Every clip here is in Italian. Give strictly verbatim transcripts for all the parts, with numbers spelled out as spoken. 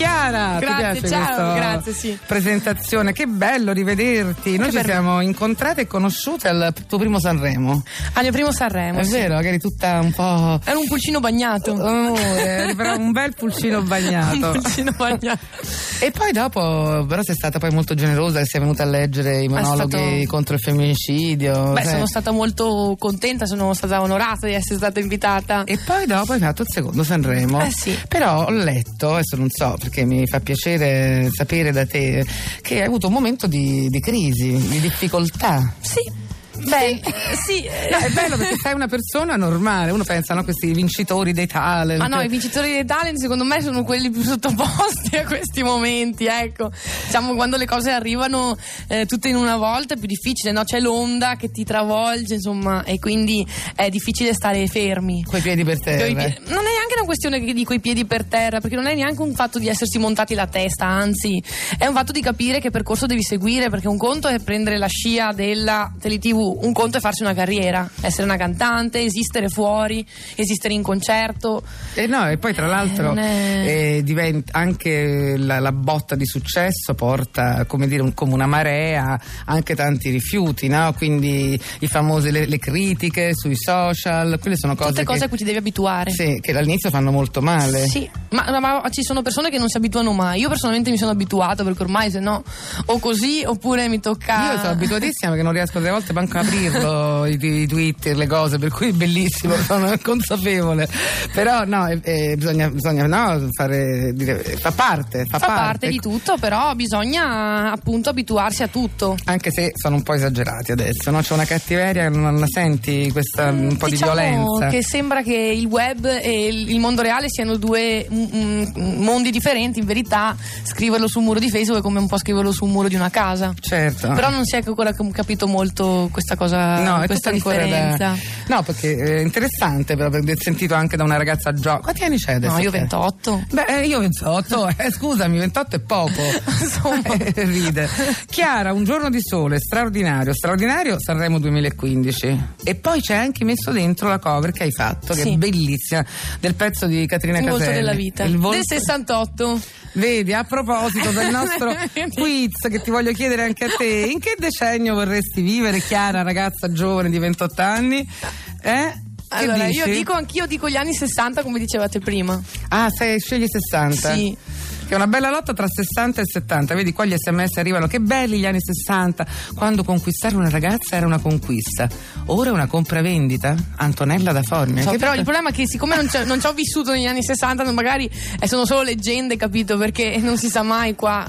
Chiara, grazie, ti piace ciao, questa grazie, sì. presentazione? Che bello rivederti. Noi che ci siamo me. incontrate e conosciute al tuo primo Sanremo. Al mio primo Sanremo, È sì. vero, che eri tutta un po'... Era un pulcino bagnato. Amore, però un bel pulcino bagnato. Un pulcino bagnato. E poi dopo, però sei stata poi molto generosa che sei venuta a leggere i monologhi stato... contro il femminicidio. Beh, cioè... sono stata molto contenta, sono stata onorata di essere stata invitata. E poi dopo hai fatto il secondo Sanremo. Eh sì. Però ho letto, adesso non so perché mi fa piacere sapere da te, che hai avuto un momento di, di crisi, di difficoltà. Sì. Beh, sì, no, è bello perché sei una persona normale, uno pensa, no, questi vincitori dei talent. Ma no, i vincitori dei talent secondo me sono quelli più sottoposti a questi momenti, ecco. Diciamo, quando le cose arrivano eh, tutte in una volta è più difficile, no? C'è l'onda che ti travolge, insomma, e quindi è difficile stare fermi. Coi piedi per terra. Pie- non è neanche una questione di quei piedi per terra, perché non è neanche un fatto di essersi montati la testa, anzi, è un fatto di capire che percorso devi seguire, perché un conto è prendere la scia della tele-tivù, un conto è farsi una carriera, essere una cantante, esistere fuori, esistere in concerto. E no, e poi tra l'altro eh, eh, diventa anche la, la botta di successo porta, come dire, un, come una marea, anche tanti rifiuti, no? Quindi i famosi le, le critiche sui social, quelle sono cose tutte cose che, a cui ti devi abituare. Sì, che all'inizio fanno molto male. Sì, ma, ma, ma ci sono persone che non si abituano mai. Io personalmente mi sono abituata, perché ormai se no o così oppure mi tocca. Io sono abituatissima perché non riesco delle volte manco a aprirlo i, i Twitter, le cose, per cui è bellissimo, sono consapevole. Però no, eh, eh, bisogna, bisogna no, fare dire, fa parte, fa, fa parte. parte di tutto, però bisogna appunto abituarsi a tutto. Anche se sono un po' esagerati adesso, no? C'è una cattiveria, non la senti questa un po' diciamo di violenza. Che sembra che il web e il mondo reale siano due m- m- mondi differenti. In verità scriverlo sul muro di Facebook è come un po' scriverlo sul muro di una casa. Certo. Però non si è ancora capito molto questa cosa, no, questa differenza. Da... No, perché è interessante però aver sentito anche da una ragazza giovane. Quanti anni c'è adesso? No, io ventotto. Beh, io ventotto, eh, scusami, ventotto è poco. Insomma, eh, ride. Chiara, Un giorno di sole, straordinario, straordinario Sanremo duemilaquindici. E poi c'è anche messo dentro la cover che hai fatto, che sì. è bellissima, del pezzo di Caterina il Caselli. Il volto della vita. Il volto... Del sessantotto. Vedi, a proposito del nostro quiz che ti voglio chiedere anche a te, in che decennio vorresti vivere, Chiara, ragazza giovane di ventotto anni? Eh? Allora, dici? io dico anch'io dico gli anni sessanta, come dicevate prima. Ah, sei, scegli sessanta? Sì. Che è una bella lotta tra sessanta e settanta. Vedi, qua gli sms arrivano, che belli gli anni sessanta, quando conquistare una ragazza era una conquista. Ora è una compravendita. Antonella da Formia. So, che però bello. Il problema è che siccome non, non ci ho vissuto negli anni sessanta, magari eh, sono solo leggende, capito? Perché non si sa mai qua.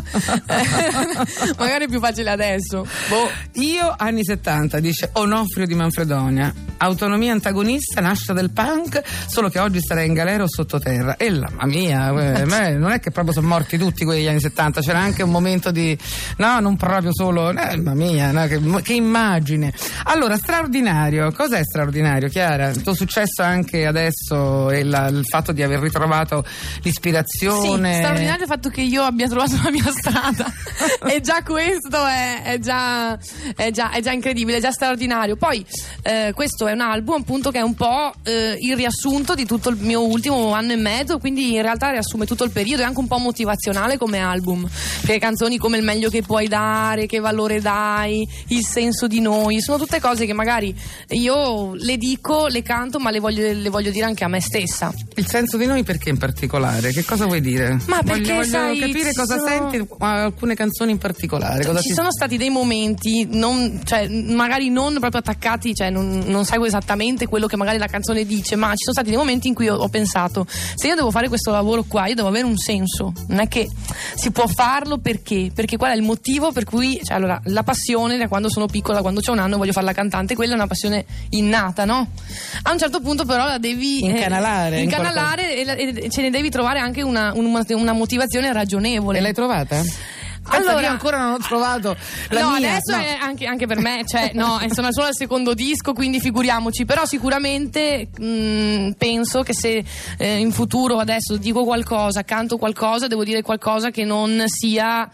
Magari è più facile adesso. Boh. Io anni settanta, dice Onofrio di Manfredonia. Autonomia antagonista, nascita del punk, solo che oggi sarei in galera o sottoterra. E la mamma mia, eh, non è che proprio sono morti tutti quegli anni settanta, c'era anche un momento di no, non proprio solo eh, mamma mia, no, che, che immagine. Allora, straordinario, cos'è straordinario, Chiara? Il tuo successo anche adesso e la, il fatto di aver ritrovato l'ispirazione. Sì, straordinario il fatto che io abbia trovato la mia strada. E già questo è, è, già, è, già, è già incredibile, è già straordinario. Poi eh, questo è un album appunto che è un po' eh, il riassunto di tutto il mio ultimo anno e mezzo, quindi in realtà riassume tutto il periodo, è anche un po' motivazionale come album, perché canzoni come Il meglio che puoi dare, Che valore dai, Il senso di noi, sono tutte cose che magari io le dico, le canto, ma le voglio, le voglio dire anche a me stessa. Il senso di noi perché in particolare? Che cosa vuoi dire? Ma perché voglio, voglio sai, capire cosa sono... senti alcune canzoni in particolare. Cosa ci ti... sono stati dei momenti, non, cioè, magari non proprio attaccati, cioè non, non seguo esattamente quello che magari la canzone dice, ma ci sono stati dei momenti in cui ho, ho pensato, se io devo fare questo lavoro qua, io devo avere un senso, non è che si può farlo perché perché qual è il motivo per cui, cioè, allora, la passione da quando sono piccola, quando c'ho un anno voglio fare la cantante, quella è una passione innata, no? A un certo punto però la devi incanalare, eh, incanalare in e, e ce ne devi trovare anche una, una, una motivazione ragionevole. E l'hai trovata? Penso allora, io ancora non ho trovato la no, mia. adesso no. è anche, anche per me, cioè, no, sono solo al secondo disco, quindi figuriamoci. Però sicuramente mh, penso che se eh, in futuro adesso dico qualcosa, canto qualcosa, devo dire qualcosa che non sia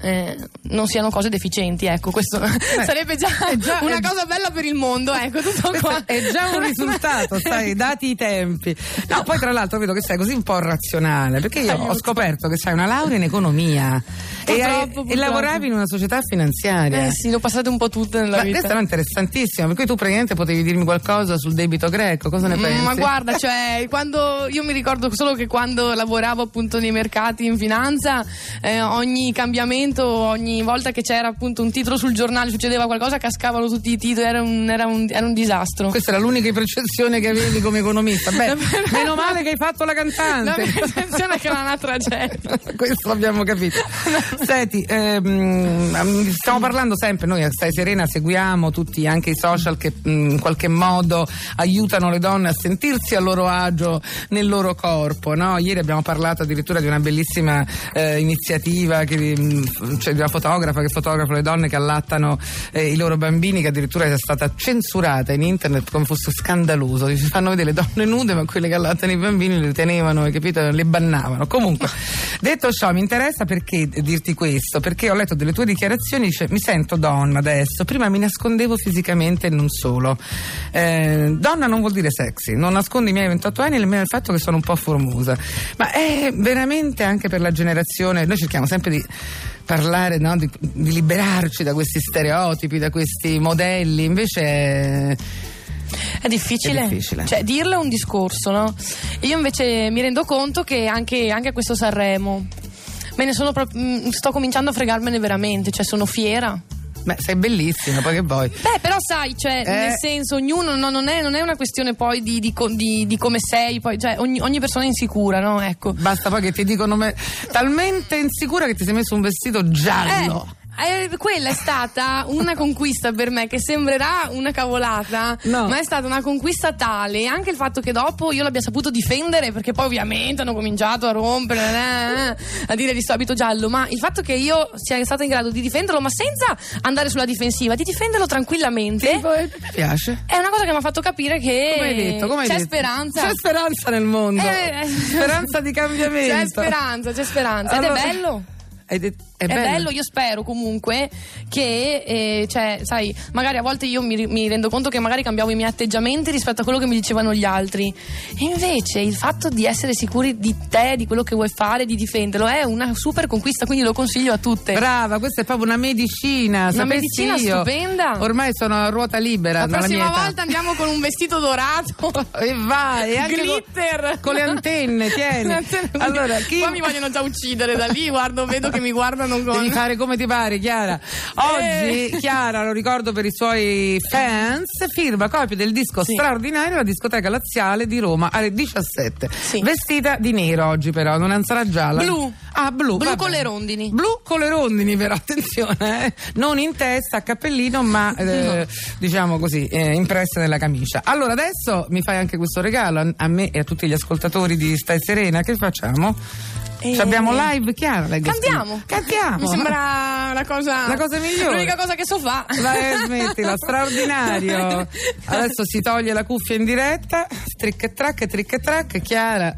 eh, non siano cose deficienti, ecco, questo eh, sarebbe già, già una cosa bella per il mondo, ecco, tutto qua. È già un risultato, sai, dati i tempi. No, poi tra l'altro vedo che sei così un po' razionale, perché io Aiuto. ho scoperto che sei una laurea in economia e, hai, e lavoravi in una società finanziaria. Eh sì, l'ho passate un po' tutte nella ma vita. Questo era interessantissimo, per cui tu praticamente potevi dirmi qualcosa sul debito greco, cosa ne pensi? Mm, ma guarda, cioè, quando io mi ricordo solo che quando lavoravo appunto nei mercati in finanza, eh, ogni cambiamento, ogni volta che c'era appunto un titolo sul giornale, succedeva qualcosa, cascavano tutti i titoli, era un, era un, era un disastro. Questa era l'unica percezione che avevi come economista. Beh, meno male che hai fatto la cantante. La mia percezione è che era una tragedia. Questo l'abbiamo capito. Senti, ehm, stiamo parlando sempre, noi a Stai Serena seguiamo tutti anche i social che mh, in qualche modo aiutano le donne a sentirsi a loro agio nel loro corpo, no? Ieri abbiamo parlato addirittura di una bellissima eh, iniziativa che, mh, cioè di una fotografa che fotografa le donne che allattano eh, i loro bambini, che addirittura è stata censurata in internet come fosse scandaloso. Si fanno vedere le donne nude, ma quelle che allattano i bambini le tenevano, capito? Le bannavano. Comunque, detto ciò, mi interessa perché dirti questo, perché ho letto delle tue dichiarazioni, dice, mi sento donna adesso, prima mi nascondevo fisicamente e non solo. Eh, donna non vuol dire sexy, non nascondo i miei ventotto anni e nemmeno il fatto che sono un po' formosa, ma è veramente anche per la generazione, noi cerchiamo sempre di parlare, no? di, di liberarci da questi stereotipi, da questi modelli, invece è... È difficile. È difficile. Cioè, dirlo è un discorso, no? Io invece mi rendo conto che anche, anche a questo Sanremo me ne sono proprio, sto cominciando a fregarmene veramente, cioè sono fiera. Beh, sei bellissima, poi che vuoi? Beh, però sai, cioè, eh. nel senso, ognuno no, non, è, non è una questione poi di, di, di, di come sei, poi, cioè, ogni, ogni persona è insicura, no? Ecco. Basta poi che ti dicono me, talmente insicura che ti sei messo un vestito giallo. Eh. Eh, quella è stata una conquista per me che sembrerà una cavolata, no. ma è stata una conquista tale, anche il fatto che dopo io l'abbia saputo difendere, perché poi ovviamente hanno cominciato a rompere eh, a dire di sto abito giallo, ma il fatto che io sia stata in grado di difenderlo ma senza andare sulla difensiva, di difenderlo tranquillamente, sì, poi mi piace, è una cosa che mi ha fatto capire che come hai detto, come hai c'è detto? speranza c'è speranza nel mondo, eh, speranza di cambiamento, c'è speranza, c'è speranza allora... ed è bello. È, de- è, è bello. bello, io spero comunque che, eh, cioè, sai, magari a volte io mi, mi rendo conto che magari cambiavo i miei atteggiamenti rispetto a quello che mi dicevano gli altri. E invece il fatto di essere sicuri di te, di quello che vuoi fare, di difenderlo, è una super conquista, quindi lo consiglio a tutte. Brava, questa è proprio una medicina. Una medicina io. stupenda. Ormai sono a ruota libera. La prossima volta età. andiamo con un vestito dorato e vai, anche glitter con, con le antenne, tieni. Allora, chi... Qua mi vogliono già uccidere da lì, guardo, vedo che mi guardano con... Devi fare come ti pare, Chiara. Oggi eh. Chiara, lo ricordo per i suoi fans, firma copia del disco sì. straordinario alla discoteca Laziale di Roma alle diciassette. Sì. Vestita di nero oggi, però non sarà gialla. Blu. Ah, blu. Blu con le rondini. Blu con le rondini, però attenzione, eh. non in testa, a cappellino, ma eh, no. diciamo così, eh, impresse nella camicia. Allora adesso mi fai anche questo regalo a, a me e a tutti gli ascoltatori di Stai Serena. Che facciamo? E... abbiamo live, Chiara. Cantiamo. Cantiamo. Mi sembra la cosa, la cosa migliore. L'unica cosa che so fa. Vai, smettila, straordinario. Adesso si toglie la cuffia in diretta. Trick e track, trick e track, Chiara.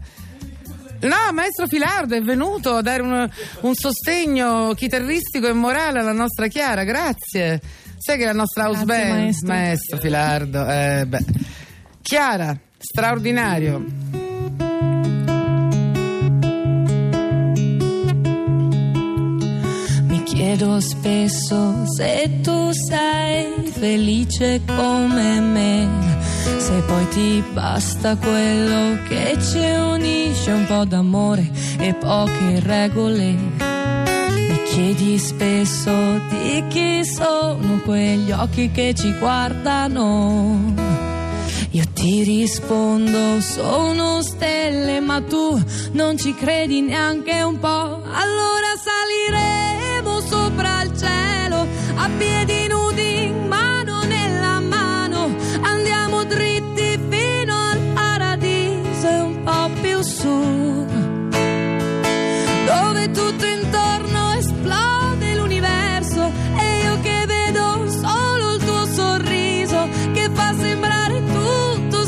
No, maestro Filardo è venuto a dare un, un sostegno chitarristico e morale alla nostra Chiara, grazie. Sai che la nostra house grazie, band, maestro, maestro Filardo, eh, beh. Chiara, straordinario. Chiedo spesso se tu sei felice come me, se poi ti basta quello che ci unisce, un po' d'amore e poche regole. Mi chiedi spesso di chi sono quegli occhi che ci guardano. Io ti rispondo sono stelle, ma tu non ci credi neanche un po'. Allora saliremo sopra il cielo a piedi nudi, mano nella mano, andiamo dritti fino al paradiso e un po' più su, dove tutto intorno esplode l'universo e io che vedo solo il tuo sorriso che fa sembrare tutto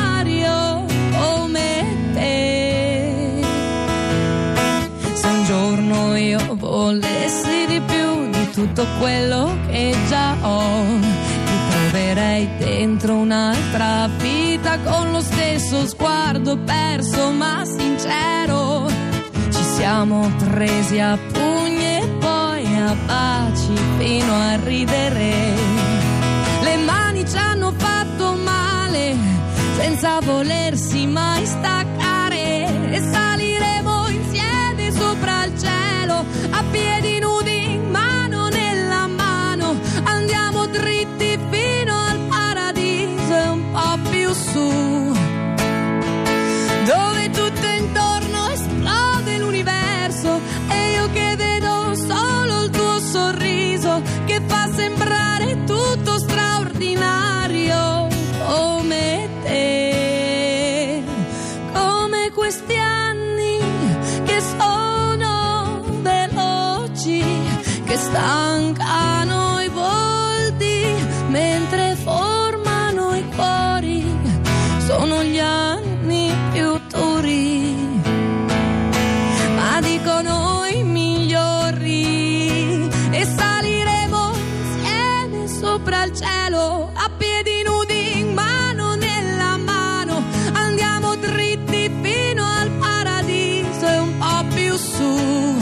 straordinario come te. Se un giorno giorno io volessi di più di tutto quello che già ho, ti troverei dentro un'altra vita con lo stesso sguardo perso ma sincero. Ci siamo presi a pugni e poi a baci fino a ridere. Le mani ci hanno fatto male senza volersi mai staccare, e saliremo insieme sopra il cielo a piedi nudi, mano nella mano. Andiamo dritti fino al paradiso e un po' più su, dove tutto intorno esplode l'universo e io che vedo solo il tuo sorriso che fa sembrare tutto straordinario come te, come questi anni che sono veloci, che stancano i volti mentre formano i cuori, sono gli anni più duri, ma dicono i migliori, e saliremo insieme sopra il cielo a piedi nudi, mano nella mano. Andiamo dritti fino al paradiso e un po' più su,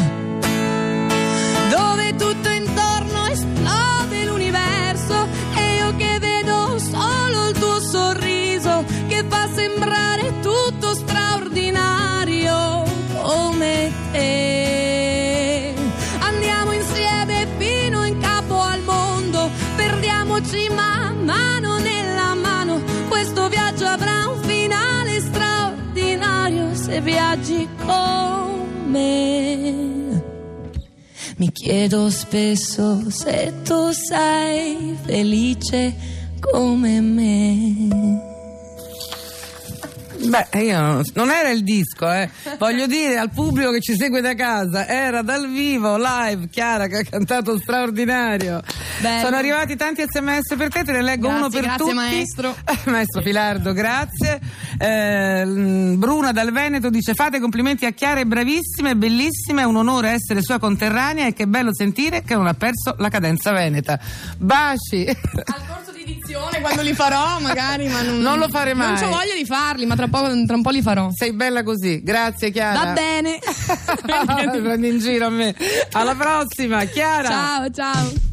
dove tutto intorno esplode l'universo e io che vedo solo il tuo sorriso che fa sembrare tutto straordinario come te. Andiamo insieme fino in capo al mondo, perdiamoci ma mano nella mano. Questo viaggio avrà un finale straordinario se viaggi con me. Mi chiedo spesso se tu sei felice come me. Beh, io non era il disco, eh. Voglio dire al pubblico che ci segue da casa, era dal vivo, live, Chiara che ha cantato straordinario. Bello. Sono arrivati tanti sms per te, te ne leggo Grazie, uno per grazie, tutti. maestro. Maestro Filardo, grazie. Eh, Bruna dal Veneto dice: fate complimenti a Chiara, è bravissima, è bellissima, è un onore essere sua conterranea e che bello sentire che non ha perso la cadenza veneta. Baci. Al corso di dizione quando li farò magari, ma non, Non lo fare mai. Non ho voglia di farli, ma tra, poco, tra un po' li farò. Sei bella così, grazie Chiara. Va bene. Prendi in giro a me. Alla prossima, Chiara. Ciao, ciao.